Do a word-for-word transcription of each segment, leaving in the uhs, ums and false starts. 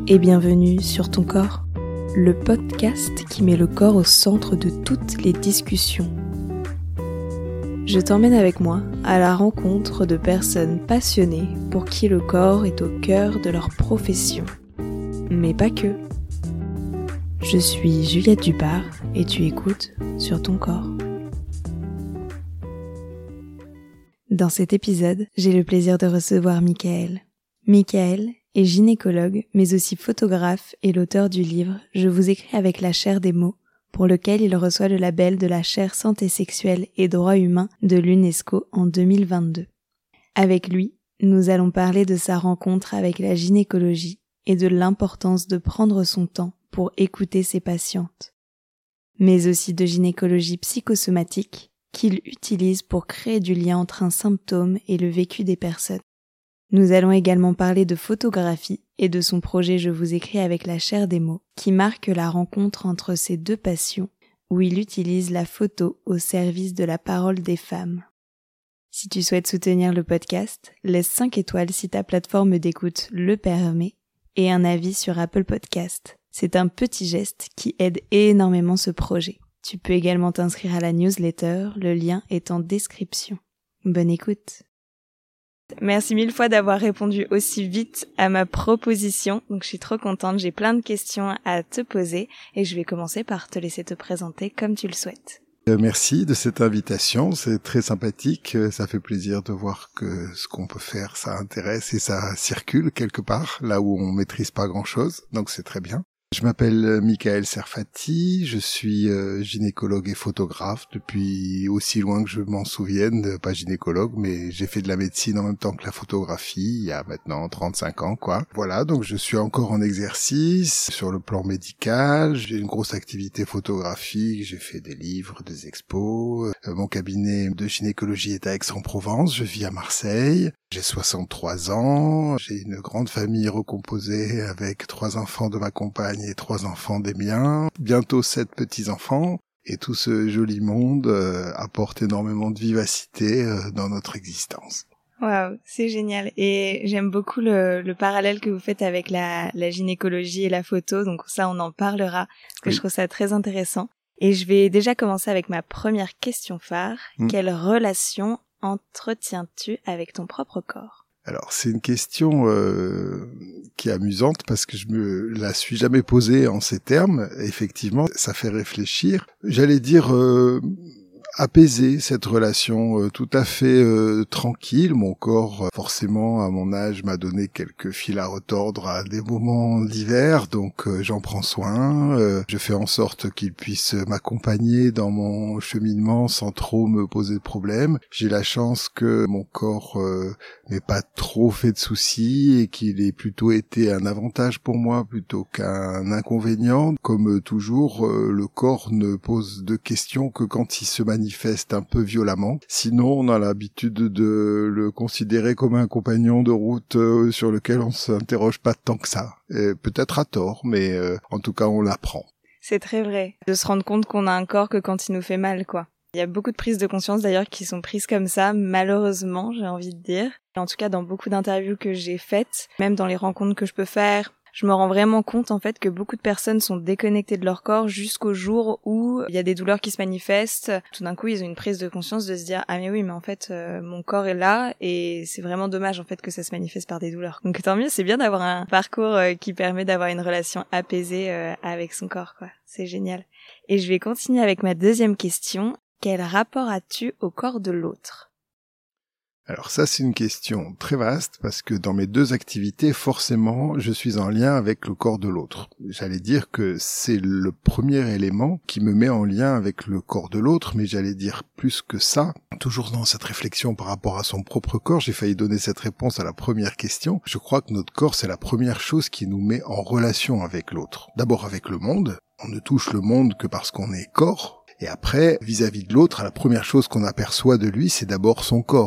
et bienvenue sur Ton Corps, le podcast qui met le corps au centre de toutes les discussions. Je t'emmène avec moi à la rencontre de personnes passionnées pour qui le corps est au cœur de leur profession. Mais pas que. Je suis Juliette Dupart et tu écoutes Sur Ton Corps. Dans cet épisode, j'ai le plaisir de recevoir Michael. Michael est gynécologue, mais aussi photographe et l'auteur du livre « Je vous écris avec la chair des mots », pour lequel il reçoit le label de la chaire santé sexuelle et droits humains de l'UNESCO en deux mille vingt-deux. Avec lui, nous allons parler de sa rencontre avec la gynécologie et de l'importance de prendre son temps pour écouter ses patientes, mais aussi de gynécologie psychosomatique qu'il utilise pour créer du lien entre un symptôme et le vécu des personnes. Nous allons également parler de photographie et de son projet Je vous écris avec la chair des mots, qui marque la rencontre entre ces deux passions, où il utilise la photo au service de la parole des femmes. Si tu souhaites soutenir le podcast, laisse cinq étoiles si ta plateforme d'écoute le permet, et un avis sur Apple Podcast. C'est un petit geste qui aide énormément ce projet. Tu peux également t'inscrire à la newsletter, le lien est en description. Bonne écoute. Merci mille fois d'avoir répondu aussi vite à ma proposition. Donc je suis trop contente, j'ai plein de questions à te poser et je vais commencer par te laisser te présenter comme tu le souhaites. Merci de cette invitation, c'est très sympathique, ça fait plaisir de voir que ce qu'on peut faire, ça intéresse et ça circule quelque part, là où on maîtrise pas grand-chose, donc c'est très bien. Je m'appelle Michael Serfati, je suis euh, gynécologue et photographe depuis aussi loin que je m'en souvienne, pas gynécologue, mais j'ai fait de la médecine en même temps que la photographie, il y a maintenant trente-cinq ans, quoi. Voilà, donc je suis encore en exercice sur le plan médical, j'ai une grosse activité photographique, j'ai fait des livres, des expos, euh, mon cabinet de gynécologie est à Aix-en-Provence, je vis à Marseille, j'ai soixante-trois ans, j'ai une grande famille recomposée avec trois enfants de ma compagne et trois enfants des miens, bientôt sept petits-enfants, et tout ce joli monde euh, apporte énormément de vivacité euh, dans notre existence. Waouh, c'est génial. Et j'aime beaucoup le, le parallèle que vous faites avec la, la gynécologie et la photo, donc ça on en parlera, parce que oui. Je trouve ça très intéressant. Et je vais déjà commencer avec ma première question phare. Mmh. Quelle relation entretiens-tu avec ton propre corps ? Alors, c'est une question euh, qui est amusante parce que je me la suis jamais posée en ces termes. Effectivement, ça fait réfléchir. J'allais dire euh, apaiser cette relation euh, tout à fait euh, tranquille. Mon corps, euh, forcément, à mon âge, m'a donné quelques fils à retordre à des moments divers, donc euh, j'en prends soin. Euh, je fais en sorte qu'il puisse m'accompagner dans mon cheminement sans trop me poser de problèmes. J'ai la chance que mon corps euh, n'ait pas trop fait de soucis et qu'il ait plutôt été un avantage pour moi plutôt qu'un inconvénient. Comme toujours, euh, le corps ne pose de questions que quand il se manifeste un peu violemment. Sinon, on a l'habitude de le considérer comme un compagnon de route euh, sur lequel on s'interroge pas tant que ça. Et peut-être à tort, mais euh, en tout cas, on l'apprend. C'est très vrai, de se rendre compte qu'on a un corps que quand il nous fait mal, quoi. Il y a beaucoup de prises de conscience d'ailleurs qui sont prises comme ça, malheureusement, j'ai envie de dire. En tout cas, dans beaucoup d'interviews que j'ai faites, même dans les rencontres que je peux faire, je me rends vraiment compte en fait que beaucoup de personnes sont déconnectées de leur corps jusqu'au jour où il y a des douleurs qui se manifestent. Tout d'un coup, ils ont une prise de conscience de se dire « Ah mais oui, mais en fait, euh, mon corps est là et c'est vraiment dommage en fait que ça se manifeste par des douleurs. » Donc tant mieux, c'est bien d'avoir un parcours euh, qui permet d'avoir une relation apaisée euh, avec son corps, quoi. C'est génial. Et je vais continuer avec ma deuxième question. Quel rapport as-tu au corps de l'autre ? Alors ça, c'est une question très vaste parce que dans mes deux activités, forcément, je suis en lien avec le corps de l'autre. J'allais dire que c'est le premier élément qui me met en lien avec le corps de l'autre, mais j'allais dire plus que ça. Toujours dans cette réflexion par rapport à son propre corps, j'ai failli donner cette réponse à la première question. Je crois que notre corps, c'est la première chose qui nous met en relation avec l'autre. D'abord avec le monde. On ne touche le monde que parce qu'on est corps. Et après, vis-à-vis de l'autre, la première chose qu'on aperçoit de lui, c'est d'abord son corps.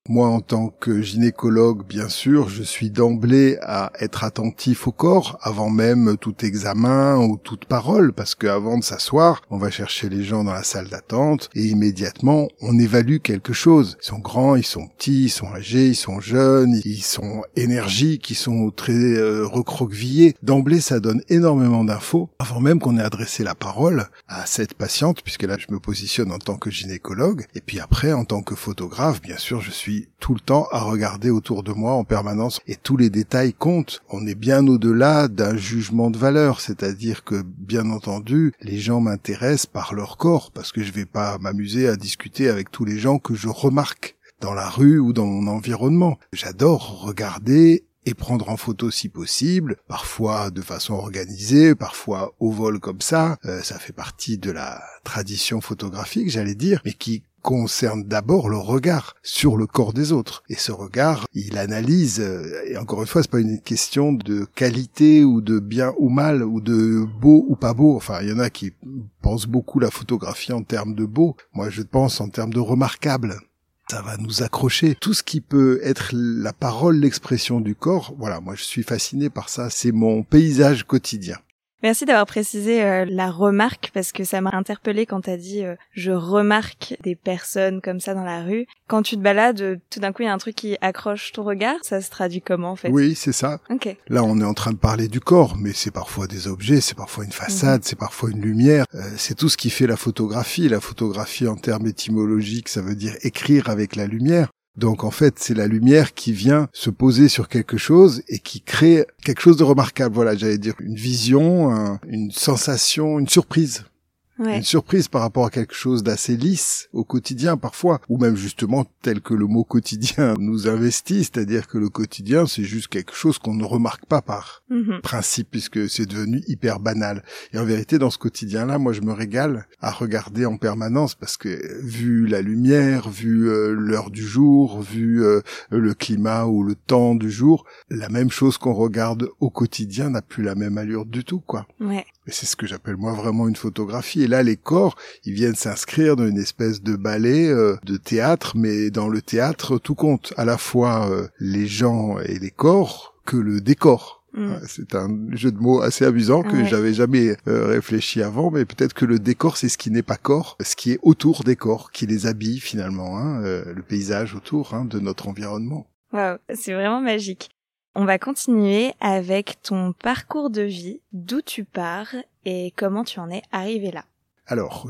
Moi, en tant que gynécologue, bien sûr, je suis d'emblée à être attentif au corps avant même tout examen ou toute parole, parce qu'avant de s'asseoir, on va chercher les gens dans la salle d'attente et immédiatement, on évalue quelque chose. Ils sont grands, ils sont petits, ils sont âgés, ils sont jeunes, ils sont énergiques, ils sont très euh, recroquevillés. D'emblée, ça donne énormément d'infos avant même qu'on ait adressé la parole à cette patiente, puisque là, je me positionne en tant que gynécologue. Et puis après, en tant que photographe, bien sûr, je suis tout le temps à regarder autour de moi en permanence et tous les détails comptent. On est bien au-delà d'un jugement de valeur, c'est-à-dire que, bien entendu, les gens m'intéressent par leur corps parce que je vais pas m'amuser à discuter avec tous les gens que je remarque dans la rue ou dans mon environnement. J'adore regarder et prendre en photo si possible, parfois de façon organisée, parfois au vol comme ça. Euh, ça fait partie de la tradition photographique, j'allais dire, mais qui concerne d'abord le regard sur le corps des autres. Et ce regard, il analyse, et encore une fois, c'est pas une question de qualité ou de bien ou mal, ou de beau ou pas beau. Enfin, il y en a qui pensent beaucoup la photographie en termes de beau. Moi, je pense en termes de remarquable. Ça va nous accrocher. Tout ce qui peut être la parole, l'expression du corps, voilà, moi je suis fasciné par ça. C'est mon paysage quotidien. Merci d'avoir précisé euh, la remarque parce que ça m'a interpellée quand t'as dit euh, je remarque des personnes comme ça dans la rue. Quand tu te balades, euh, tout d'un coup il y a un truc qui accroche ton regard. Ça se traduit comment en fait? Oui, c'est ça. Okay. Là, on est en train de parler du corps, mais c'est parfois des objets, c'est parfois une façade, mmh. c'est parfois une lumière. Euh, c'est tout ce qui fait la photographie. La photographie en termes étymologiques, ça veut dire écrire avec la lumière. Donc en fait, c'est la lumière qui vient se poser sur quelque chose et qui crée quelque chose de remarquable. Voilà, j'allais dire une vision, un, une sensation, une surprise. Ouais. Une surprise par rapport à quelque chose d'assez lisse au quotidien parfois, ou même justement tel que le mot quotidien nous investit, c'est-à-dire que le quotidien c'est juste quelque chose qu'on ne remarque pas par mm-hmm. principe puisque c'est devenu hyper banal. Et en vérité dans ce quotidien-là, moi je me régale à regarder en permanence parce que vu la lumière, vu euh, l'heure du jour, vu euh, le climat ou le temps du jour, la même chose qu'on regarde au quotidien n'a plus la même allure du tout, quoi. Ouais. Et c'est ce que j'appelle moi vraiment une photographie. Et là, les corps, ils viennent s'inscrire dans une espèce de ballet, euh, de théâtre, mais dans le théâtre, tout compte. À la fois euh, les gens et les corps que le décor. Mm. C'est un jeu de mots assez amusant que ouais. j'avais jamais euh, réfléchi avant, mais peut-être que le décor, c'est ce qui n'est pas corps, ce qui est autour des corps, qui les habille finalement, hein, euh, le paysage autour hein, de notre environnement. Waouh, c'est vraiment magique. On va continuer avec ton parcours de vie, d'où tu pars et comment tu en es arrivé là. Alors,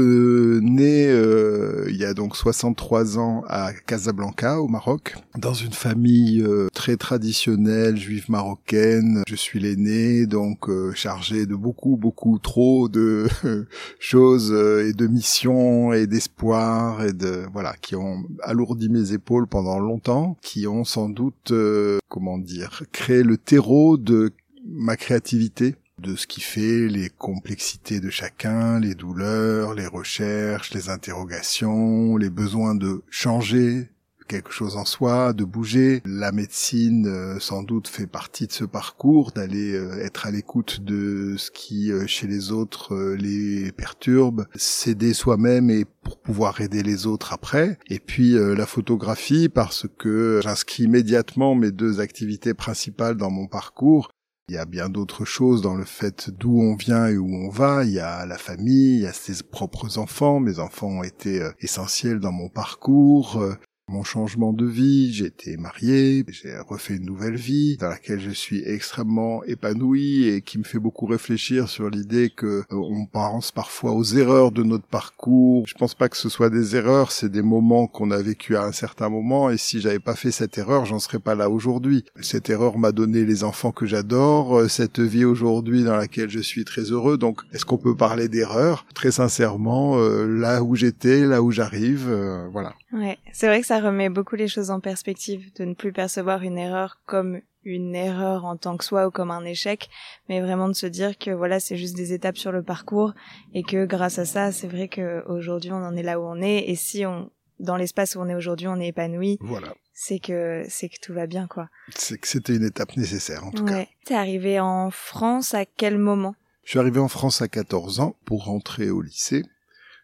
je nais euh, il y a donc soixante-trois ans à Casablanca, au Maroc, dans une famille euh, très traditionnelle, juive marocaine. Je suis l'aîné, donc euh, chargé de beaucoup, beaucoup trop de choses euh, et de missions et d'espoirs et de voilà qui ont alourdi mes épaules pendant longtemps, qui ont sans doute, euh, comment dire, créé le terreau de ma créativité. De ce qui fait les complexités de chacun, les douleurs, les recherches, les interrogations, les besoins de changer quelque chose en soi, de bouger. La médecine, euh, sans doute, fait partie de ce parcours, d'aller euh, être à l'écoute de ce qui, euh, chez les autres, euh, les perturbe, s'aider soi-même et pour pouvoir aider les autres après. Et puis euh, la photographie, parce que j'inscris immédiatement mes deux activités principales dans mon parcours. Il y a bien d'autres choses dans le fait d'où on vient et où on va. Il y a la famille, il y a ses propres enfants. Mes enfants ont été euh, essentiels dans mon parcours. Euh, mon changement de vie, j'ai été marié, j'ai refait une nouvelle vie dans laquelle je suis extrêmement épanoui et qui me fait beaucoup réfléchir sur l'idée que euh, on pense parfois aux erreurs de notre parcours. Je pense pas que ce soit des erreurs, c'est des moments qu'on a vécu à un certain moment et si j'avais pas fait cette erreur, j'en serais pas là aujourd'hui. Cette erreur m'a donné les enfants que j'adore, cette vie aujourd'hui dans laquelle je suis très heureux. Donc, est-ce qu'on peut parler d'erreur? Très sincèrement, euh, là où j'étais, là où j'arrive, euh, voilà. Ouais, c'est vrai que ça remet beaucoup les choses en perspective, de ne plus percevoir une erreur comme une erreur en tant que soi ou comme un échec, mais vraiment de se dire que voilà, c'est juste des étapes sur le parcours et que grâce à ça, c'est vrai qu'aujourd'hui on en est là où on est et si on, dans l'espace où on est aujourd'hui, on est épanoui, voilà. c'est que c'est que tout va bien quoi. C'est que c'était une étape nécessaire en tout ouais. cas. T'es arrivé en France à quel moment? Je suis arrivé en France à quatorze ans pour rentrer au lycée.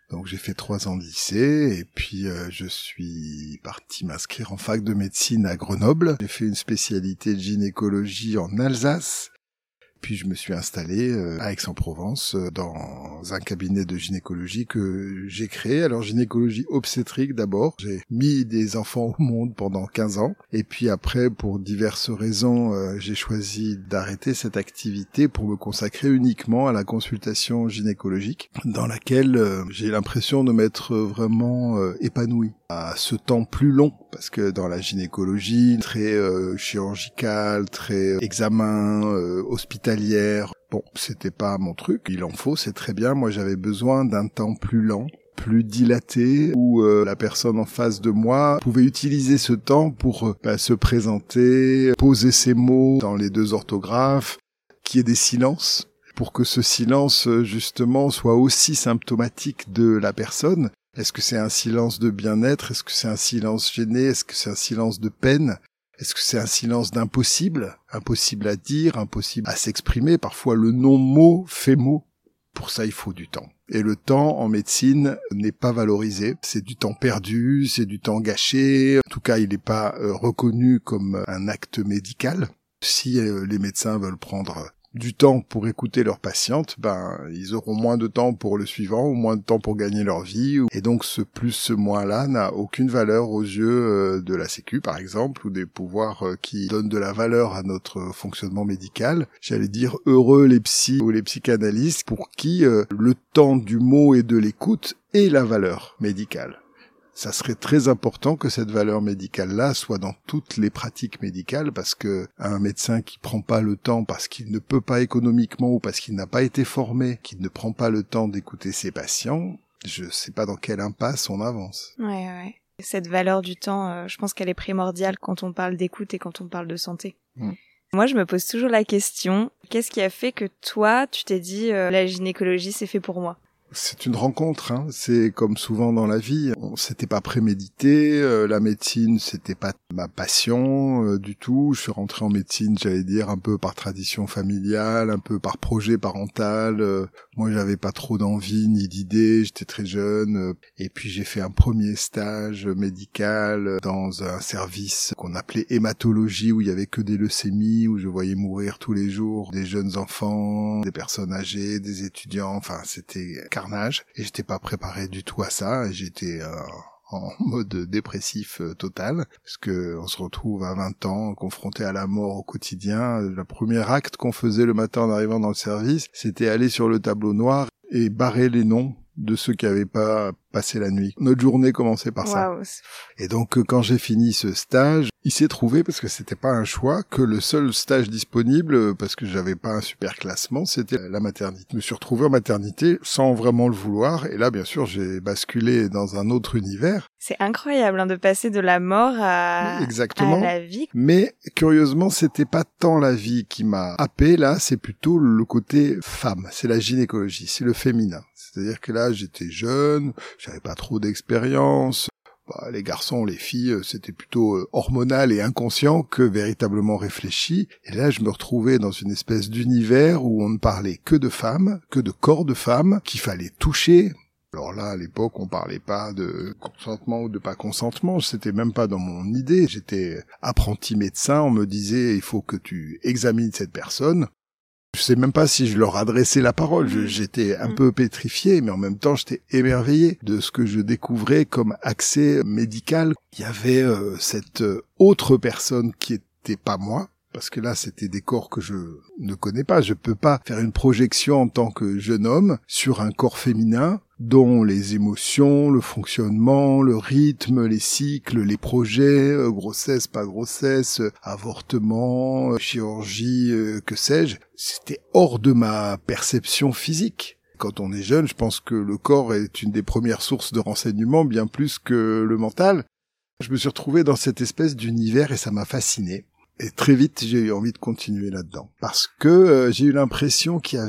Donc j'ai fait trois ans de lycée et puis euh, je suis parti m'inscrire en fac de médecine à Grenoble. J'ai fait une spécialité de gynécologie en Alsace. Puis je me suis installé euh, à Aix-en-Provence euh, dans un cabinet de gynécologie que j'ai créé. Alors gynécologie obstétrique d'abord. J'ai mis des enfants au monde pendant quinze ans. Et puis après, pour diverses raisons, euh, j'ai choisi d'arrêter cette activité pour me consacrer uniquement à la consultation gynécologique, dans laquelle euh, j'ai l'impression de m'être vraiment euh, épanoui à ce temps plus long, parce que dans la gynécologie, très euh, chirurgicale, très examen, euh, hospitalière, bon, c'était pas mon truc, il en faut, c'est très bien, moi j'avais besoin d'un temps plus lent, plus dilaté, où euh, la personne en face de moi pouvait utiliser ce temps pour euh, bah, se présenter, poser ses mots dans les deux orthographes, qu'il y ait des silences, pour que ce silence, justement, soit aussi symptomatique de la personne. Est-ce que c'est un silence de bien-être? Est-ce que c'est un silence gêné? Est-ce que c'est un silence de peine? Est-ce que c'est un silence d'impossible? Impossible à dire, impossible à s'exprimer. Parfois, le non-mot fait mot. Pour ça, il faut du temps. Et le temps, en médecine, n'est pas valorisé. C'est du temps perdu, c'est du temps gâché. En tout cas, il n'est pas euh, reconnu comme un acte médical. Si euh, les médecins veulent prendre du temps pour écouter leurs patientes, ben ils auront moins de temps pour le suivant ou moins de temps pour gagner leur vie, et donc ce plus ce moins-là n'a aucune valeur aux yeux de la Sécu par exemple, ou des pouvoirs qui donnent de la valeur à notre fonctionnement médical. J'allais dire heureux les psys ou les psychanalystes pour qui euh, le temps du mot et de l'écoute est la valeur médicale. Ça serait très important que cette valeur médicale-là soit dans toutes les pratiques médicales, parce que un médecin qui prend pas le temps parce qu'il ne peut pas économiquement ou parce qu'il n'a pas été formé, qui ne prend pas le temps d'écouter ses patients, je sais pas dans quelle impasse on avance. Ouais, ouais. Cette valeur du temps, euh, je pense qu'elle est primordiale quand on parle d'écoute et quand on parle de santé. Mmh. Moi, je me pose toujours la question, qu'est-ce qui a fait que toi, tu t'es dit euh, la gynécologie, c'est fait pour moi ? C'est une rencontre, hein. C'est comme souvent dans la vie, on s'était pas prémédité, euh, la médecine c'était pas ma passion euh, du tout. Je suis rentré en médecine, j'allais dire un peu par tradition familiale, un peu par projet parental. Euh, moi j'avais pas trop d'envie ni d'idées, j'étais très jeune. Euh, et puis j'ai fait un premier stage médical dans un service qu'on appelait hématologie, où il y avait que des leucémies, où je voyais mourir tous les jours des jeunes enfants, des personnes âgées, des étudiants, enfin c'était carnage, et j'étais pas préparé du tout à ça, et j'étais euh, en mode dépressif euh, total, parce que on se retrouve à vingt ans confronté à la mort au quotidien. Le premier acte qu'on faisait le matin en arrivant dans le service, c'était aller sur le tableau noir et barrer les noms de ceux qui avaient pas passé la nuit. Notre journée commençait par ça. Wow. Et donc, quand j'ai fini ce stage, il s'est trouvé, parce que c'était pas un choix, que le seul stage disponible, parce que j'avais pas un super classement, c'était la maternité. Je me suis retrouvé en maternité sans vraiment le vouloir, et là, bien sûr, j'ai basculé dans un autre univers. C'est incroyable, hein, de passer de la mort à, Exactement. à la vie. Mais, curieusement, c'était pas tant la vie qui m'a happé, là, c'est plutôt le côté femme. C'est la gynécologie, c'est le féminin. C'est-à-dire que là, j'étais jeune, j'avais pas trop d'expérience. Bah, les garçons, les filles, c'était plutôt euh, hormonal et inconscient que véritablement réfléchi. Et là, je me retrouvais dans une espèce d'univers où on ne parlait que de femmes, que de corps de femmes, qu'il fallait toucher. Alors là, à l'époque, on parlait pas de consentement ou de pas consentement, c'était même pas dans mon idée. J'étais apprenti médecin, on me disait, il faut que tu examines cette personne. Je sais même pas si je leur adressais la parole. Je, j'étais un peu pétrifié, mais en même temps, j'étais émerveillé de ce que je découvrais comme accès médical. Il y avait euh, cette autre personne qui était pas moi, parce que là, c'était des corps que je ne connais pas. Je peux pas faire une projection en tant que jeune homme sur un corps féminin dont les émotions, le fonctionnement, le rythme, les cycles, les projets, euh, grossesse, pas grossesse, euh, avortement, euh, chirurgie, euh, que sais-je, c'était hors de ma perception physique. Quand on est jeune, je pense que le corps est une des premières sources de renseignements, bien plus que le mental. Je me suis retrouvé dans cette espèce d'univers et ça m'a fasciné. Et très vite, j'ai eu envie de continuer là-dedans. Parce que euh, j'ai eu l'impression qu'il y avait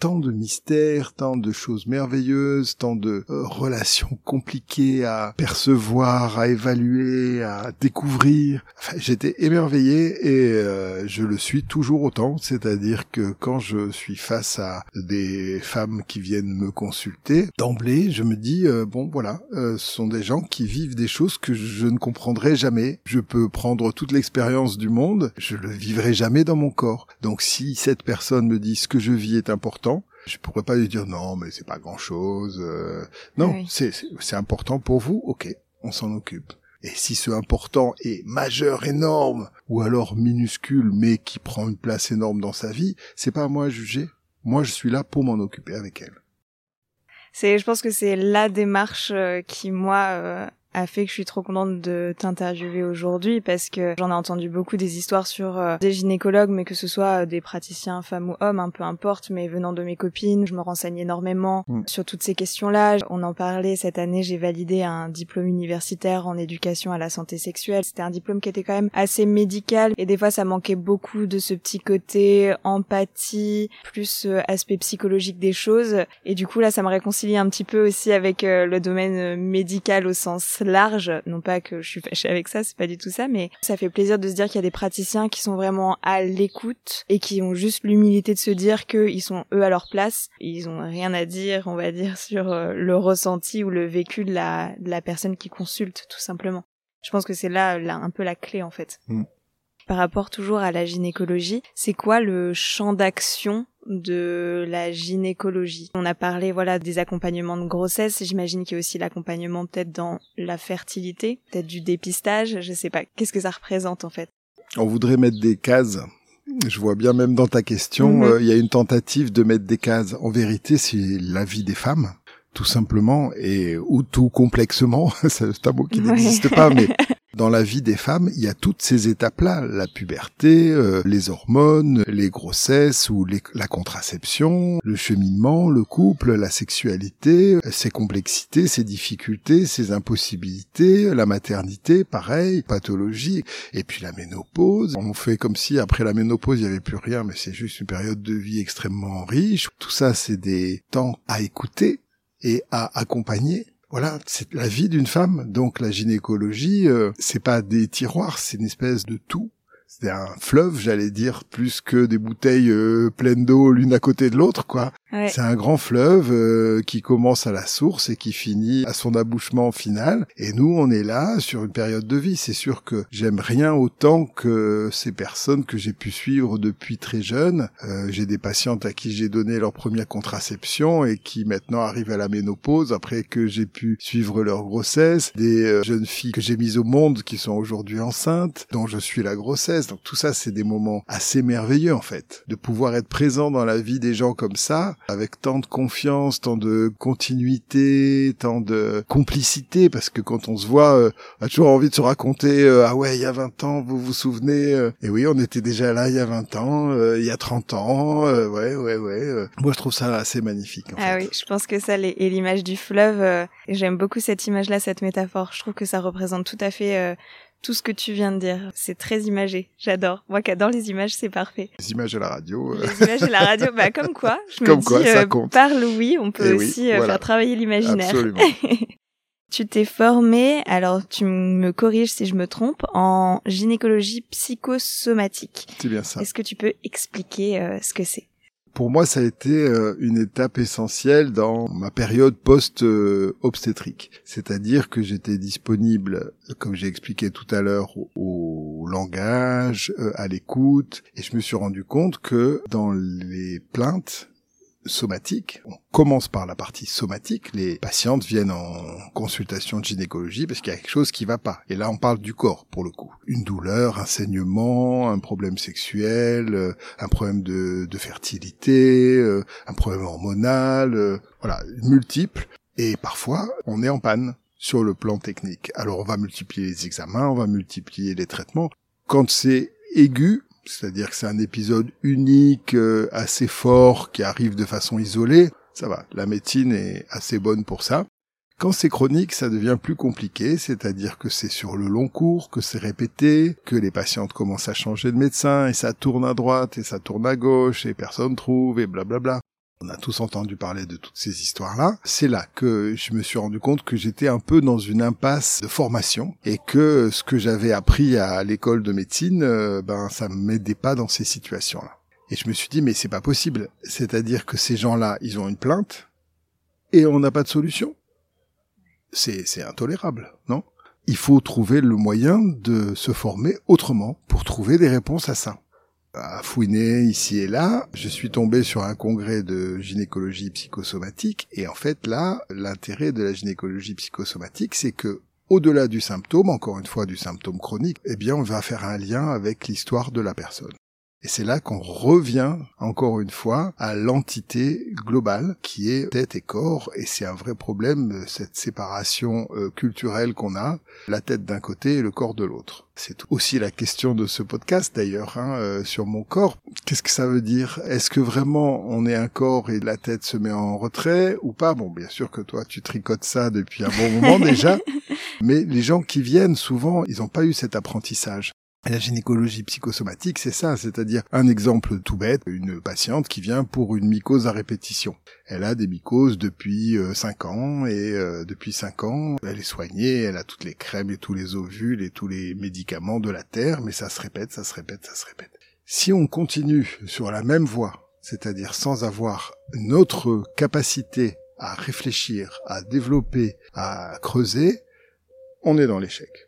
tant de mystères, tant de choses merveilleuses, tant de euh, relations compliquées à percevoir, à évaluer, à découvrir. Enfin, j'étais émerveillé et euh, je le suis toujours autant. C'est-à-dire que quand je suis face à des femmes qui viennent me consulter, d'emblée, je me dis, euh, bon voilà, euh, ce sont des gens qui vivent des choses que je ne comprendrai jamais. Je peux prendre toute l'expérience du monde, je le vivrai jamais dans mon corps. Donc si cette personne me dit ce que je vis est important, je pourrais pas lui dire non mais c'est pas grand chose. Euh... Non, oui. c'est, c'est c'est important pour vous, ok, on s'en occupe. Et si ce important est majeur, énorme, ou alors minuscule mais qui prend une place énorme dans sa vie, c'est pas à moi à juger. Moi je suis là pour m'en occuper avec elle. C'est, je pense que c'est la démarche euh, qui moi euh, a fait que je suis trop contente de t'interviewer aujourd'hui parce que j'en ai entendu beaucoup des histoires sur euh, des gynécologues, mais que ce soit des praticiens femmes ou hommes, hein, peu importe, mais venant de mes copines, je me renseigne énormément mmh. sur toutes ces questions-là. On en parlait cette année, j'ai validé un diplôme universitaire en éducation à la santé sexuelle. C'était un diplôme qui était quand même assez médical et des fois ça manquait beaucoup de ce petit côté empathie, plus euh, aspect psychologique des choses. Et du coup là, ça me réconcilie un petit peu aussi avec euh, le domaine médical au sens large, non pas que je suis fâchée avec ça, c'est pas du tout ça, mais ça fait plaisir de se dire qu'il y a des praticiens qui sont vraiment à l'écoute et qui ont juste l'humilité de se dire qu'ils sont eux à leur place, ils ont rien à dire, on va dire, sur euh, le ressenti ou le vécu de la, de la personne qui consulte, tout simplement. Je pense que c'est là, là un peu la clé en fait. Mm. Par rapport toujours à la gynécologie, c'est quoi le champ d'action de la gynécologie? On a parlé voilà des accompagnements de grossesse, j'imagine qu'il y a aussi l'accompagnement peut-être dans la fertilité, peut-être du dépistage, je sais pas. Qu'est-ce que ça représente en fait? On voudrait mettre des cases. Je vois bien même dans ta question, mm-hmm. euh, il y a une tentative de mettre des cases. En vérité, c'est la vie des femmes, tout simplement, et ou tout complexement, c'est un mot qui ouais. n'existe pas, mais dans la vie des femmes, il y a toutes ces étapes-là, la puberté, euh, les hormones, les grossesses ou les, la contraception, le cheminement, le couple, la sexualité, ses complexités, ses difficultés, ses impossibilités, la maternité, pareil, pathologie, et puis la ménopause. On fait comme si après la ménopause, il n'y avait plus rien, mais c'est juste une période de vie extrêmement riche. Tout ça, c'est des temps à écouter et à accompagner. Voilà, c'est la vie d'une femme. Donc la gynécologie, euh, c'est pas des tiroirs, c'est une espèce de tout. C'est un fleuve, j'allais dire, plus que des bouteilles euh, pleines d'eau l'une à côté de l'autre, quoi. Ouais. C'est un grand fleuve euh, qui commence à la source et qui finit à son abouchement final. Et nous, on est là sur une période de vie. C'est sûr que j'aime rien autant que ces personnes que j'ai pu suivre depuis très jeune. Euh, j'ai des patientes à qui j'ai donné leur première contraception et qui maintenant arrivent à la ménopause après que j'ai pu suivre leur grossesse. Des euh, jeunes filles que j'ai mises au monde qui sont aujourd'hui enceintes, dont je suis la grossesse. Donc tout ça, c'est des moments assez merveilleux en fait. De pouvoir être présent dans la vie des gens comme ça, avec tant de confiance, tant de continuité, tant de complicité, parce que quand on se voit, euh, on a toujours envie de se raconter euh, ah ouais, il y a vingt ans, vous vous souvenez euh, et oui, on était déjà là il y a vingt ans, euh, il y a trente ans, euh, ouais, ouais, ouais. Euh. Moi, je trouve ça assez magnifique. En ah fait. Oui, je pense que ça, les, et l'image du fleuve, euh, j'aime beaucoup cette image-là, cette métaphore. Je trouve que ça représente tout à fait... Euh, tout ce que tu viens de dire, c'est très imagé. J'adore. Moi qui adore les images, c'est parfait. Les images à la radio. Euh... Les images à la radio, bah comme quoi. Je comme me quoi, dis, ça euh, compte. Parle oui, on peut Et aussi oui, euh, voilà. faire travailler l'imaginaire. Absolument. Tu t'es formée, alors tu me corriges si je me trompe, en gynécologie psychosomatique. C'est bien ça. Est-ce que tu peux expliquer euh, ce que c'est ? Pour moi, ça a été euh, une étape essentielle dans ma période post-obstétrique. C'est-à-dire que j'étais disponible, comme j'ai expliqué tout à l'heure, au, au langage, euh, à l'écoute. Et je me suis rendu compte que dans les plaintes somatique. On commence par la partie somatique. Les patientes viennent en consultation de gynécologie parce qu'il y a quelque chose qui va pas. Et là, on parle du corps, pour le coup. Une douleur, un saignement, un problème sexuel, euh, un problème de, de fertilité, euh, un problème hormonal, euh, voilà, multiples. Et parfois, on est en panne sur le plan technique. Alors, on va multiplier les examens, on va multiplier les traitements. Quand c'est aigu, c'est-à-dire que c'est un épisode unique, euh, assez fort, qui arrive de façon isolée, ça va, la médecine est assez bonne pour ça. Quand c'est chronique, ça devient plus compliqué, c'est-à-dire que c'est sur le long cours, que c'est répété, que les patientes commencent à changer de médecin, et ça tourne à droite, et ça tourne à gauche, et personne trouve, et blablabla. On a tous entendu parler de toutes ces histoires-là. C'est là que je me suis rendu compte que j'étais un peu dans une impasse de formation et que ce que j'avais appris à l'école de médecine, euh, ben ça m'aidait pas dans ces situations-là. Et je me suis dit mais c'est pas possible. C'est-à-dire que ces gens-là, ils ont une plainte et on n'a pas de solution. C'est c'est intolérable, non ? Il faut trouver le moyen de se former autrement pour trouver des réponses à ça. À fouiner ici et là, je suis tombé sur un congrès de gynécologie psychosomatique et en fait là, l'intérêt de la gynécologie psychosomatique, c'est que au-delà du symptôme, encore une fois du symptôme chronique, eh bien on va faire un lien avec l'histoire de la personne. Et c'est là qu'on revient, encore une fois, à l'entité globale qui est tête et corps. Et c'est un vrai problème, cette séparation euh, culturelle qu'on a, la tête d'un côté et le corps de l'autre. C'est aussi la question de ce podcast d'ailleurs, hein, euh, sur mon corps. Qu'est-ce que ça veut dire ? Est-ce que vraiment on est un corps et la tête se met en retrait ou pas ? Bon, bien sûr que toi tu tricotes ça depuis un bon moment déjà, mais les gens qui viennent souvent, ils n'ont pas eu cet apprentissage. La gynécologie psychosomatique, c'est ça, c'est-à-dire un exemple tout bête, une patiente qui vient pour une mycose à répétition. Elle a des mycoses depuis euh, cinq ans et euh, depuis cinq ans, elle est soignée, elle a toutes les crèmes et tous les ovules et tous les médicaments de la terre, mais ça se répète, ça se répète, ça se répète. Si on continue sur la même voie, c'est-à-dire sans avoir notre capacité à réfléchir, à développer, à creuser, on est dans l'échec.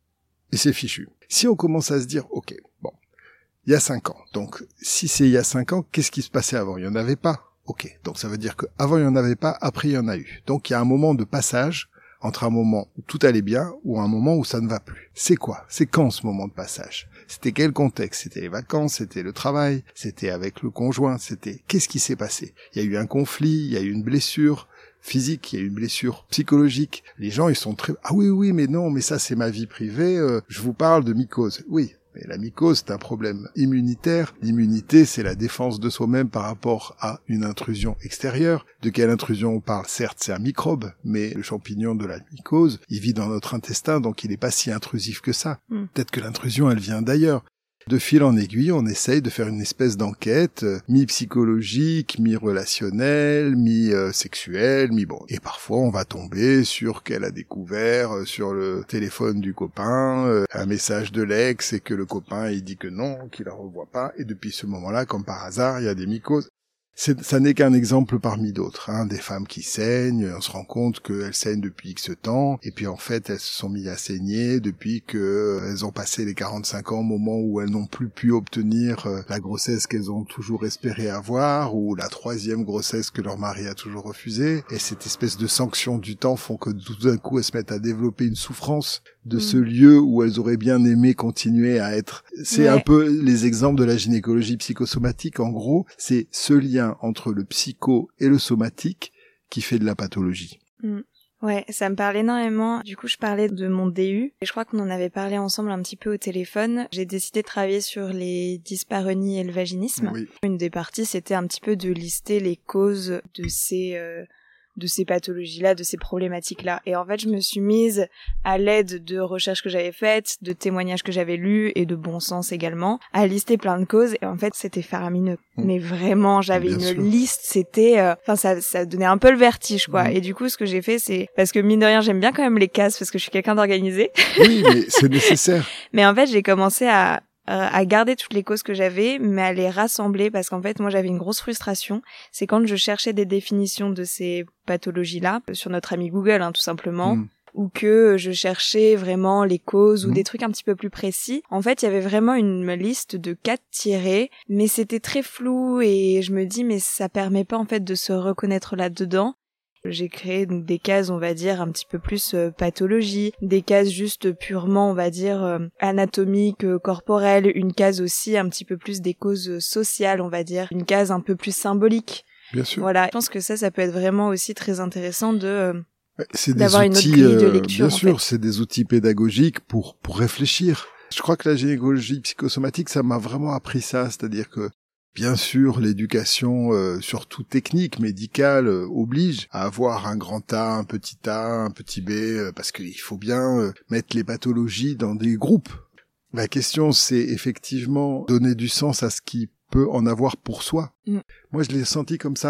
Et c'est fichu. Si on commence à se dire, ok, bon, il y a cinq ans, donc si c'est il y a cinq ans, qu'est-ce qui se passait avant ? Il n'y en avait pas. Ok, donc ça veut dire qu'avant il n'y en avait pas, après il y en a eu. Donc il y a un moment de passage entre un moment où tout allait bien ou un moment où ça ne va plus. C'est quoi ? C'est quand ce moment de passage ? C'était quel contexte ? C'était les vacances, c'était le travail, c'était avec le conjoint, c'était... Qu'est-ce qui s'est passé ? Il y a eu un conflit, il y a eu une blessure physique, il y a eu une blessure psychologique. Les gens, ils sont très... Ah oui, oui, mais non, mais ça, c'est ma vie privée. Euh, je vous parle de mycose. Oui, mais la mycose, c'est un problème immunitaire. L'immunité, c'est la défense de soi-même par rapport à une intrusion extérieure. De quelle intrusion on parle ? Certes, c'est un microbe, mais le champignon de la mycose, il vit dans notre intestin, donc il n'est pas si intrusif que ça. Mm. Peut-être que l'intrusion, elle vient d'ailleurs. De fil en aiguille, on essaye de faire une espèce d'enquête, euh, mi-psychologique, mi-relationnelle, mi-sexuelle, mi-bon. Et parfois, on va tomber sur qu'elle a découvert euh, sur le téléphone du copain euh, un message de l'ex et que le copain, il dit que non, qu'il la revoit pas. Et depuis ce moment-là, comme par hasard, il y a des mycoses. C'est, ça n'est qu'un exemple parmi d'autres, hein, des femmes qui saignent, on se rend compte qu'elles saignent depuis X temps, et puis en fait elles se sont mises à saigner depuis qu'elles ont passé les quarante-cinq ans, au moment où elles n'ont plus pu obtenir la grossesse qu'elles ont toujours espéré avoir, ou la troisième grossesse que leur mari a toujours refusée, et cette espèce de sanction du temps font que tout d'un coup elles se mettent à développer une souffrance de mmh. ce lieu où elles auraient bien aimé continuer à être. C'est ouais. un peu les exemples de la gynécologie psychosomatique, en gros, c'est ce lien entre le psycho et le somatique qui fait de la pathologie. Mmh. Ouais, ça me parle énormément. Du coup, je parlais de mon D U et je crois qu'on en avait parlé ensemble un petit peu au téléphone. J'ai décidé de travailler sur les dyspareunies et le vaginisme. Oui. Une des parties, c'était un petit peu de lister les causes de ces... Euh, de ces pathologies-là, de ces problématiques-là. Et en fait, je me suis mise à l'aide de recherches que j'avais faites, de témoignages que j'avais lus et de bon sens également, à lister plein de causes. Et en fait, c'était faramineux. Mmh. Mais vraiment, j'avais Bien une sûr. liste, c'était... Enfin, euh, ça, ça donnait un peu le vertige, quoi. Mmh. Et du coup, ce que j'ai fait, c'est... Parce que mine de rien, j'aime bien quand même les cases, parce que je suis quelqu'un d'organisé. Oui, mais c'est nécessaire. Mais en fait, j'ai commencé à... à garder toutes les causes que j'avais, mais à les rassembler, parce qu'en fait, moi, j'avais une grosse frustration. C'est quand je cherchais des définitions de ces pathologies-là, sur notre ami Google, hein, tout simplement, mmh. ou que je cherchais vraiment les causes, mmh. ou des trucs un petit peu plus précis. En fait, il y avait vraiment une liste de quatre tirés, mais c'était très flou, et je me dis, mais ça permet pas, en fait, de se reconnaître là-dedans. J'ai créé donc des cases, on va dire, un petit peu plus euh, pathologie, des cases juste purement, on va dire, euh, anatomiques, euh, corporelles, une case aussi un petit peu plus des causes sociales, on va dire, une case un peu plus symbolique. Bien sûr. Voilà, je pense que ça, ça peut être vraiment aussi très intéressant de euh, c'est d'avoir des une outils, autre grille de euh, lecture. Bien sûr, fait. c'est des outils pédagogiques pour pour réfléchir. Je crois que la gynécologie psychosomatique, ça m'a vraiment appris ça, c'est-à-dire que bien sûr, l'éducation, euh, surtout technique, médicale, euh, oblige à avoir un grand A, un petit A, un petit B, euh, parce qu'il faut bien euh, mettre les pathologies dans des groupes. La question, c'est effectivement donner du sens à ce qui peut en avoir pour soi. Mm. Moi, je l'ai senti comme ça.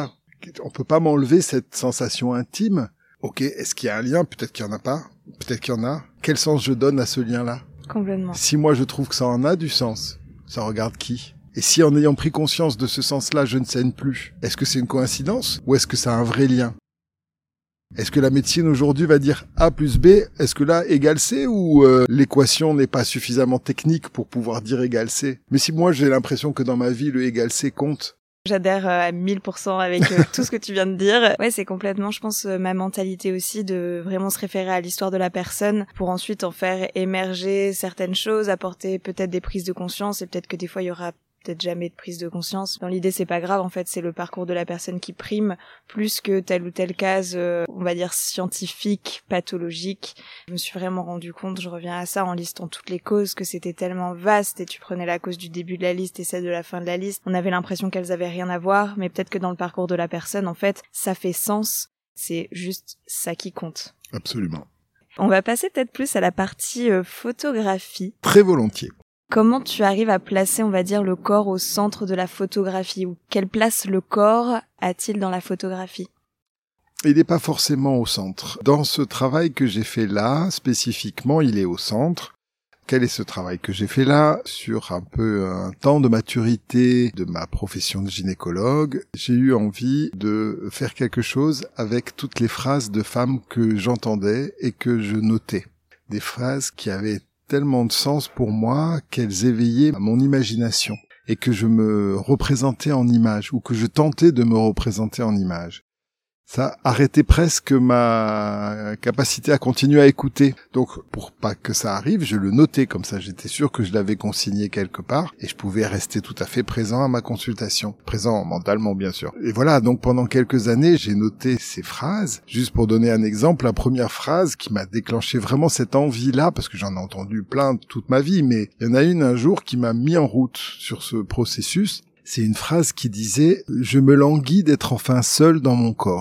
on peut pas m'enlever cette sensation intime. Ok, est-ce qu'il y a un lien? Peut-être qu'il y en a pas. Peut-être qu'il y en a. Quel sens je donne à ce lien-là? Complètement. Si moi je trouve que ça en a du sens, ça regarde qui? Et si en ayant pris conscience de ce sens-là, je ne saigne plus, est-ce que c'est une coïncidence ou est-ce que ça a un vrai lien? Est-ce que la médecine aujourd'hui va dire A plus B, est-ce que là égale C, ou euh, l'équation n'est pas suffisamment technique pour pouvoir dire égal C? Mais si moi j'ai l'impression que dans ma vie le égal C compte. J'adhère à mille pour cent avec euh, tout ce que tu viens de dire. Ouais, c'est complètement, je pense, euh, ma mentalité aussi, de vraiment se référer à l'histoire de la personne pour ensuite en faire émerger certaines choses, apporter peut-être des prises de conscience, et peut-être que des fois il y aura peut-être jamais de prise de conscience. Dans l'idée, c'est pas grave, en fait, c'est le parcours de la personne qui prime, plus que telle ou telle case, euh, on va dire scientifique, pathologique. Je me suis vraiment rendu compte, je reviens à ça en listant toutes les causes, que c'était tellement vaste, et tu prenais la cause du début de la liste et celle de la fin de la liste. On avait l'impression qu'elles avaient rien à voir, mais peut-être que dans le parcours de la personne, en fait, ça fait sens. C'est juste ça qui compte. Absolument. On va passer peut-être plus à la partie euh, photographie. Très volontiers. Comment tu arrives à placer, on va dire, le corps au centre de la photographie, ou quelle place le corps a-t-il dans la photographie? Il n'est pas forcément au centre. Dans ce travail que j'ai fait là, spécifiquement, il est au centre. Quel est ce travail que j'ai fait là? Sur un peu un temps de maturité de ma profession de gynécologue, j'ai eu envie de faire quelque chose avec toutes les phrases de femmes que j'entendais et que je notais. Des phrases qui avaient tellement de sens pour moi qu'elles éveillaient mon imagination et que je me représentais en image, ou que je tentais de me représenter en image. Ça arrêtait presque ma capacité à continuer à écouter. Donc, pour pas que ça arrive, je le notais, comme ça j'étais sûr que je l'avais consigné quelque part, et je pouvais rester tout à fait présent à ma consultation. Présent mentalement, bien sûr. Et voilà, donc pendant quelques années, j'ai noté ces phrases. Juste pour donner un exemple, la première phrase qui m'a déclenché vraiment cette envie-là, parce que j'en ai entendu plein toute ma vie, mais il y en a une un jour qui m'a mis en route sur ce processus. C'est une phrase qui disait « Je me languis d'être enfin seul dans mon corps ».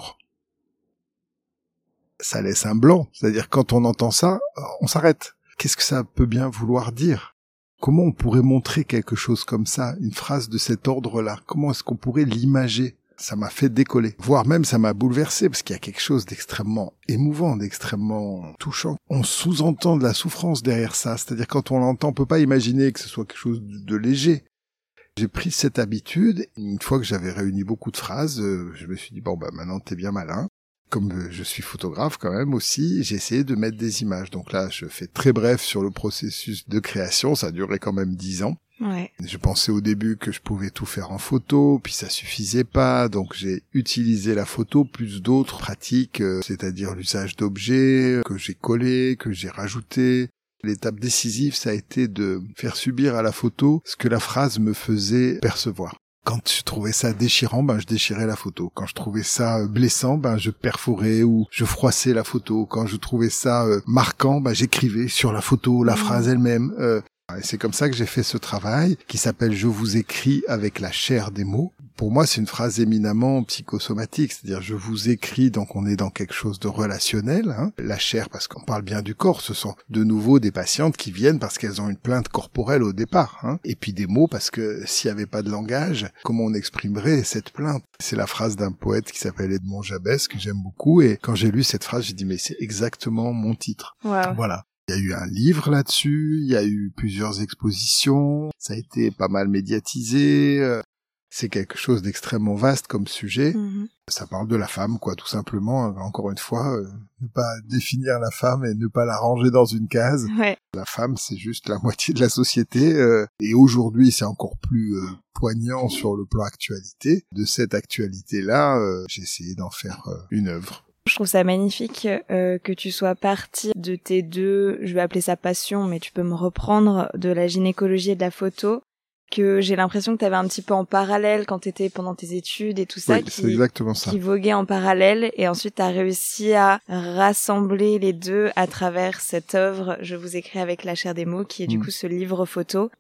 Ça laisse un blanc, c'est-à-dire quand on entend ça, on s'arrête. Qu'est-ce que ça peut bien vouloir dire? Comment on pourrait montrer quelque chose comme ça, une phrase de cet ordre-là? Comment est-ce qu'on pourrait l'imager? Ça m'a fait décoller, voire même ça m'a bouleversé, parce qu'il y a quelque chose d'extrêmement émouvant, d'extrêmement touchant. On sous-entend de la souffrance derrière ça, c'est-à-dire quand on l'entend, on peut pas imaginer que ce soit quelque chose de léger. J'ai pris cette habitude, une fois que j'avais réuni beaucoup de phrases, euh, je me suis dit, bon, bah maintenant t'es bien malin. Comme euh, je suis photographe quand même aussi, j'ai essayé de mettre des images. Donc là, je fais très bref sur le processus de création, ça a duré quand même dix ans. Ouais. Je pensais au début que je pouvais tout faire en photo, puis ça suffisait pas, donc j'ai utilisé la photo plus d'autres pratiques, euh, c'est-à-dire l'usage d'objets que j'ai collés, que j'ai rajoutés. L'étape décisive, ça a été de faire subir à la photo ce que la phrase me faisait percevoir. Quand je trouvais ça déchirant, ben je déchirais la photo. Quand je trouvais ça blessant, ben je perforais ou je froissais la photo. Quand je trouvais ça euh, marquant, ben j'écrivais sur la photo la phrase elle-même. Euh, et c'est comme ça que j'ai fait ce travail qui s'appelle « Je vous écris avec la chair des mots ». Pour moi, c'est une phrase éminemment psychosomatique, c'est-à-dire je vous écris, donc on est dans quelque chose de relationnel. Hein. La chair, parce qu'on parle bien du corps, ce sont de nouveau des patientes qui viennent parce qu'elles ont une plainte corporelle au départ. Hein. Et puis des mots, parce que s'il n'y avait pas de langage, comment on exprimerait cette plainte? C'est la phrase d'un poète qui s'appelle Edmond Jabès, que j'aime beaucoup, et quand j'ai lu cette phrase, j'ai dit mais c'est exactement mon titre. Wow. Voilà. Il y a eu un livre là-dessus, il y a eu plusieurs expositions, ça a été pas mal médiatisé. C'est quelque chose d'extrêmement vaste comme sujet. Mmh. Ça parle de la femme, quoi, tout simplement. Encore une fois, euh, ne pas définir la femme et ne pas la ranger dans une case. Ouais. La femme, c'est juste la moitié de la société. Euh, et aujourd'hui, c'est encore plus euh, poignant sur le plan actualité. De cette actualité-là, euh, j'ai essayé d'en faire euh, une œuvre. Je trouve ça magnifique euh, que tu sois parti de tes deux, je vais appeler ça passion, mais tu peux me reprendre, de la gynécologie et de la photo, que j'ai l'impression que tu avais un petit peu en parallèle quand tu étais pendant tes études et tout ça, oui, qui, c'est exactement ça. qui voguait en parallèle, et ensuite tu as réussi à rassembler les deux à travers cette œuvre « Je vous écris avec la chair des mots » qui est du mmh. coup ce livre photo.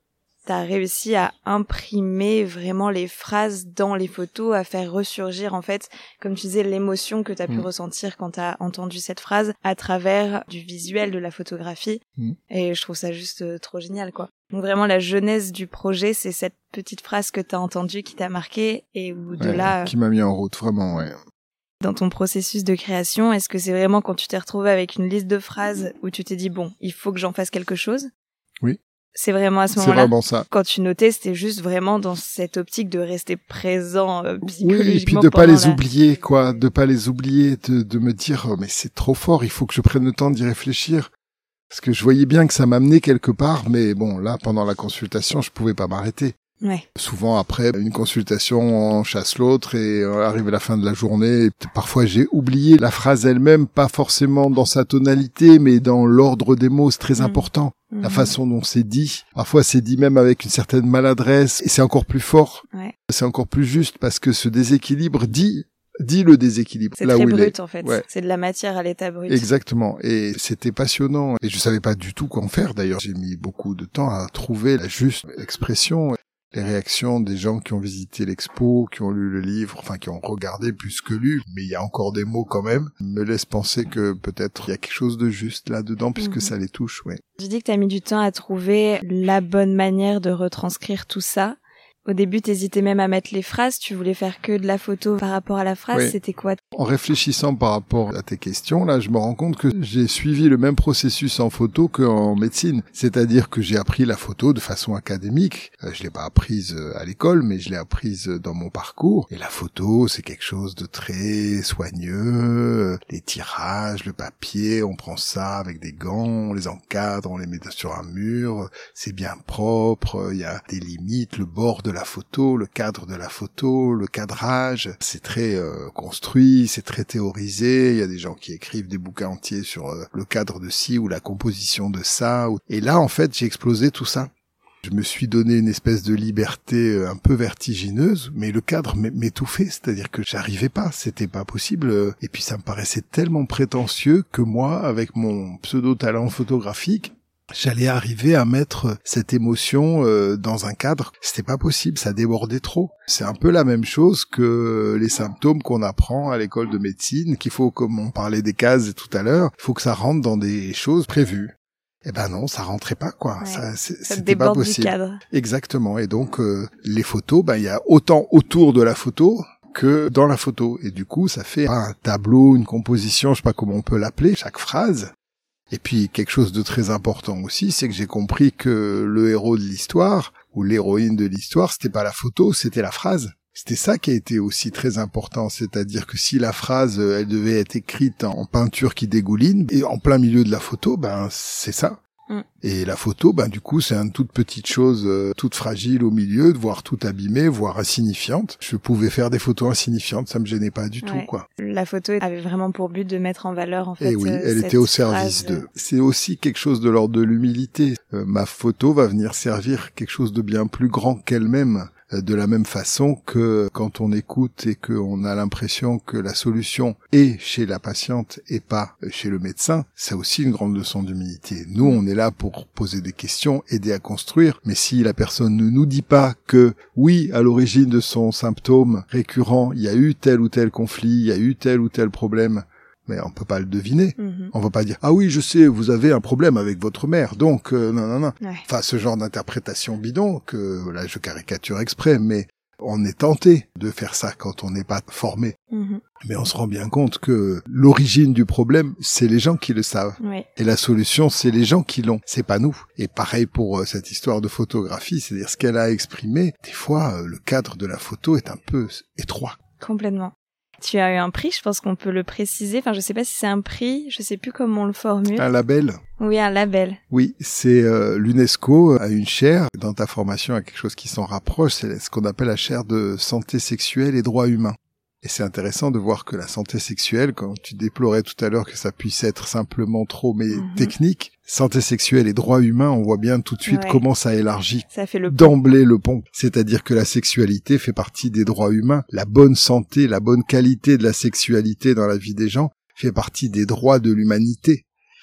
t'as réussi à imprimer vraiment les phrases dans les photos, à faire ressurgir en fait, comme tu disais, l'émotion que t'as pu mmh. ressentir quand t'as entendu cette phrase à travers du visuel, de la photographie. Mmh. Et je trouve ça juste euh, trop génial, quoi. Donc vraiment, la genèse du projet, c'est cette petite phrase que t'as entendue qui t'a marqué et où de ouais, là... Qui m'a mis en route, vraiment, ouais. Dans ton processus de création, est-ce que c'est vraiment quand tu t'es retrouvé avec une liste de phrases où tu t'es dit, bon, il faut que j'en fasse quelque chose ? Oui. C'est vraiment à ce moment-là. C'est vraiment ça. Quand tu notais, c'était juste vraiment dans cette optique de rester présent euh, psychologiquement. Oui, et puis de pas les la... oublier, quoi, de pas les oublier, de, de me dire oh, mais c'est trop fort, il faut que je prenne le temps d'y réfléchir, parce que je voyais bien que ça m'amenait quelque part, mais bon là pendant la consultation, je pouvais pas m'arrêter. Ouais. Souvent après une consultation, on chasse l'autre et on arrive à la fin de la journée. Et parfois j'ai oublié la phrase elle-même, pas forcément dans sa tonalité, mais dans l'ordre des mots, c'est très mmh. important. Mmh. La façon dont c'est dit. Parfois c'est dit même avec une certaine maladresse et c'est encore plus fort. Ouais. C'est encore plus juste parce que ce déséquilibre dit dit le déséquilibre. C'est là très où brut il est. en fait. Ouais. C'est de la matière à l'état brut. Exactement. Et c'était passionnant. Et je savais pas du tout quoi en faire. D'ailleurs, j'ai mis beaucoup de temps à trouver la juste expression. Les réactions des gens qui ont visité l'expo, qui ont lu le livre, enfin qui ont regardé plus que lu, mais il y a encore des mots quand même, me laissent penser que peut-être il y a quelque chose de juste là-dedans puisque mmh. ça les touche, ouais. Tu dis que tu as mis du temps à trouver la bonne manière de retranscrire tout ça. Au début, t'hésitais même à mettre les phrases, tu voulais faire que de la photo par rapport à la phrase, oui. C'était quoi ? En réfléchissant par rapport à tes questions, là, je me rends compte que j'ai suivi le même processus en photo qu'en médecine. C'est-à-dire que j'ai appris la photo de façon académique. Je l'ai pas apprise à l'école, mais je l'ai apprise dans mon parcours. Et la photo, c'est quelque chose de très soigneux. Les tirages, le papier, on prend ça avec des gants, on les encadre, on les met sur un mur. C'est bien propre, il y a des limites, le bord de la photo, le cadre de la photo, le cadrage, c'est très euh, construit, c'est très théorisé, il y a des gens qui écrivent des bouquins entiers sur euh, le cadre de ci ou la composition de ça, et là en fait j'ai explosé tout ça. Je me suis donné une espèce de liberté un peu vertigineuse, mais le cadre m'étouffait, c'est-à-dire que j'arrivais pas, c'était pas possible, et puis ça me paraissait tellement prétentieux que moi, avec mon pseudo-talent photographique, j'allais arriver à mettre cette émotion euh, dans un cadre. C'était pas possible, ça débordait trop. C'est un peu la même chose que les symptômes qu'on apprend à l'école de médecine, qu'il faut, comme on parlait des cases tout à l'heure, il faut que ça rentre dans des choses prévues. Eh ben non, ça rentrait pas, quoi. Ouais, ça, c'était pas possible. Du cadre. Exactement. Et donc, euh, les photos, ben, il y a autant autour de la photo que dans la photo. Et du coup, ça fait un tableau, une composition, je sais pas comment on peut l'appeler, chaque phrase. Et puis, quelque chose de très important aussi, c'est que j'ai compris que le héros de l'histoire, ou l'héroïne de l'histoire, c'était pas la photo, c'était la phrase. C'était ça qui a été aussi très important, c'est-à-dire que si la phrase, elle devait être écrite en peinture qui dégouline, et en plein milieu de la photo, ben, c'est ça. Mm. Et la photo, ben, du coup, c'est une toute petite chose, euh, toute fragile au milieu, voire toute abîmée, voire insignifiante. Je pouvais faire des photos insignifiantes, ça me gênait pas du ouais. tout, quoi. La photo avait vraiment pour but de mettre en valeur, en fait. Et oui, euh, elle était au service d'eux. C'est aussi quelque chose de l'ordre de l'humilité. Euh, ma photo va venir servir quelque chose de bien plus grand qu'elle-même. De la même façon que quand on écoute et qu'on a l'impression que la solution est chez la patiente et pas chez le médecin, c'est aussi une grande leçon d'humilité. Nous, on est là pour poser des questions, aider à construire, mais si la personne ne nous dit pas que, oui, à l'origine de son symptôme récurrent, il y a eu tel ou tel conflit, il y a eu tel ou tel problème, mais on peut pas le deviner. Mm-hmm. On va pas dire « Ah oui, je sais, vous avez un problème avec votre mère, donc euh, non, non, non. Ouais. » Enfin, ce genre d'interprétation bidon, que là, je caricature exprès, mais on est tenté de faire ça quand on n'est pas formé. Mm-hmm. Mais on se rend bien compte que l'origine du problème, c'est les gens qui le savent. Ouais. Et la solution, c'est les gens qui l'ont. C'est pas nous. Et pareil pour euh, cette histoire de photographie, c'est-à-dire ce qu'elle a exprimé. Des fois, euh, le cadre de la photo est un peu étroit. Complètement. Tu as eu un prix, je pense qu'on peut le préciser. Enfin, je sais pas si c'est un prix, je sais plus comment on le formule. Un label. Oui, un label. Oui, c'est euh, l'UNESCO a une chaire. Dans ta formation, il y a quelque chose qui s'en rapproche. C'est ce qu'on appelle la chaire de santé sexuelle et droits humains. Et c'est intéressant de voir que la santé sexuelle, quand tu déplorais tout à l'heure que ça puisse être simplement trop mais mm-hmm. technique, santé sexuelle et droits humains, on voit bien tout de suite ouais. comment ça élargit ça fait le d'emblée le pont. C'est-à-dire que la sexualité fait partie des droits humains. La bonne santé, la bonne qualité de la sexualité dans la vie des gens fait partie des droits de l'humanité.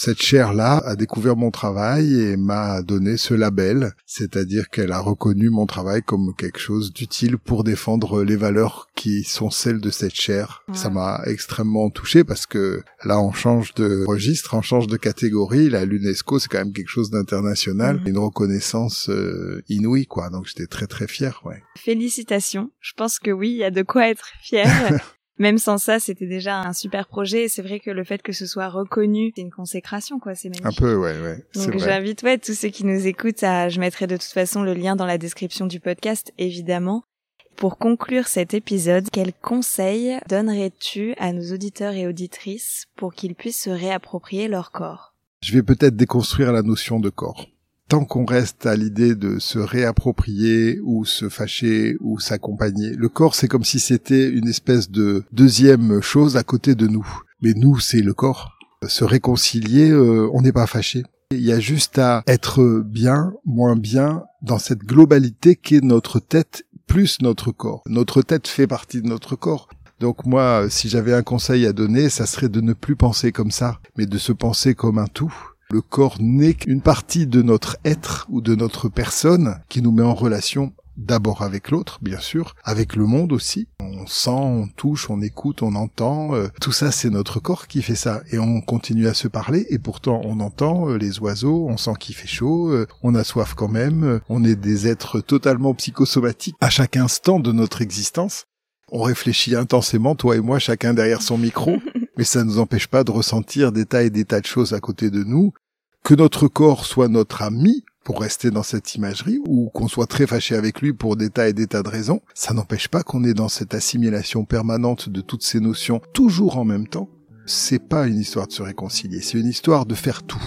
Cette chaire-là a découvert mon travail et m'a donné ce label, c'est-à-dire qu'elle a reconnu mon travail comme quelque chose d'utile pour défendre les valeurs qui sont celles de cette chaire. Ouais. Ça m'a extrêmement touché parce que là, on change de registre, on change de catégorie. Là, l'UNESCO, c'est quand même quelque chose d'international, mmh. une reconnaissance euh, inouïe, quoi. Donc, j'étais très, très fier, ouais. Félicitations. Je pense que oui, il y a de quoi être fier. Même sans ça, c'était déjà un super projet. Et c'est vrai que le fait que ce soit reconnu, c'est une consécration, quoi. C'est magnifique. Un peu, ouais, ouais. Donc, c'est vrai. J'invite, ouais, tous ceux qui nous écoutent à, je mettrai de toute façon le lien dans la description du podcast, évidemment. Pour conclure cet épisode, quels conseils donnerais-tu à nos auditeurs et auditrices pour qu'ils puissent se réapproprier leur corps? Je vais peut-être déconstruire la notion de corps. Tant qu'on reste à l'idée de se réapproprier ou se fâcher ou s'accompagner, le corps c'est comme si c'était une espèce de deuxième chose à côté de nous. Mais nous c'est le corps. Se réconcilier, euh, on n'est pas fâché. Il y a juste à être bien, moins bien dans cette globalité qu'est notre tête plus notre corps. Notre tête fait partie de notre corps. Donc moi, si j'avais un conseil à donner, ça serait de ne plus penser comme ça, mais de se penser comme un tout. Le corps n'est qu'une partie de notre être ou de notre personne qui nous met en relation d'abord avec l'autre, bien sûr, avec le monde aussi. On sent, on touche, on écoute, on entend. Euh, tout ça, c'est notre corps qui fait ça. Et on continue à se parler et pourtant on entend euh, les oiseaux, on sent qu'il fait chaud, euh, on a soif quand même. Euh, on est des êtres totalement psychosomatiques à chaque instant de notre existence. On réfléchit intensément, toi et moi, chacun derrière son micro, mais ça ne nous empêche pas de ressentir des tas et des tas de choses à côté de nous. Que notre corps soit notre ami, pour rester dans cette imagerie, ou qu'on soit très fâché avec lui pour des tas et des tas de raisons, ça n'empêche pas qu'on est dans cette assimilation permanente de toutes ces notions, toujours en même temps. C'est pas une histoire de se réconcilier, c'est une histoire de faire tout.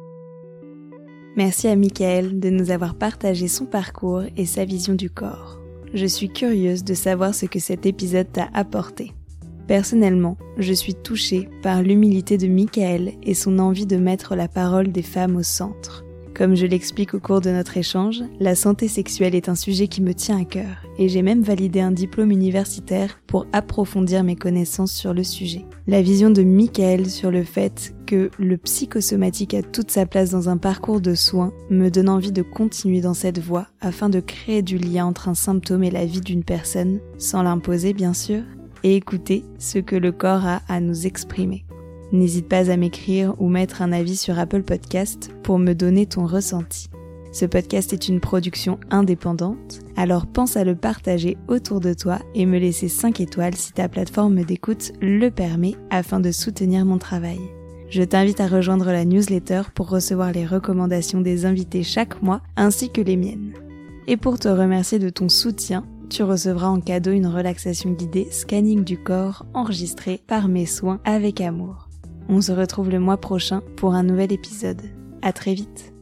Merci à Michael de nous avoir partagé son parcours et sa vision du corps. Je suis curieuse de savoir ce que cet épisode t'a apporté. Personnellement, je suis touchée par l'humilité de Michael et son envie de mettre la parole des femmes au centre. Comme je l'explique au cours de notre échange, la santé sexuelle est un sujet qui me tient à cœur et j'ai même validé un diplôme universitaire pour approfondir mes connaissances sur le sujet. La vision de Michael sur le fait que le psychosomatique a toute sa place dans un parcours de soins me donne envie de continuer dans cette voie afin de créer du lien entre un symptôme et la vie d'une personne, sans l'imposer bien sûr, et écouter ce que le corps a à nous exprimer. N'hésite pas à m'écrire ou mettre un avis sur Apple Podcast pour me donner ton ressenti. Ce podcast est une production indépendante, alors pense à le partager autour de toi et me laisser cinq étoiles si ta plateforme d'écoute le permet afin de soutenir mon travail. Je t'invite à rejoindre la newsletter pour recevoir les recommandations des invités chaque mois ainsi que les miennes. Et pour te remercier de ton soutien, tu recevras en cadeau une relaxation guidée scanning du corps enregistrée par mes soins avec amour. On se retrouve le mois prochain pour un nouvel épisode. À très vite.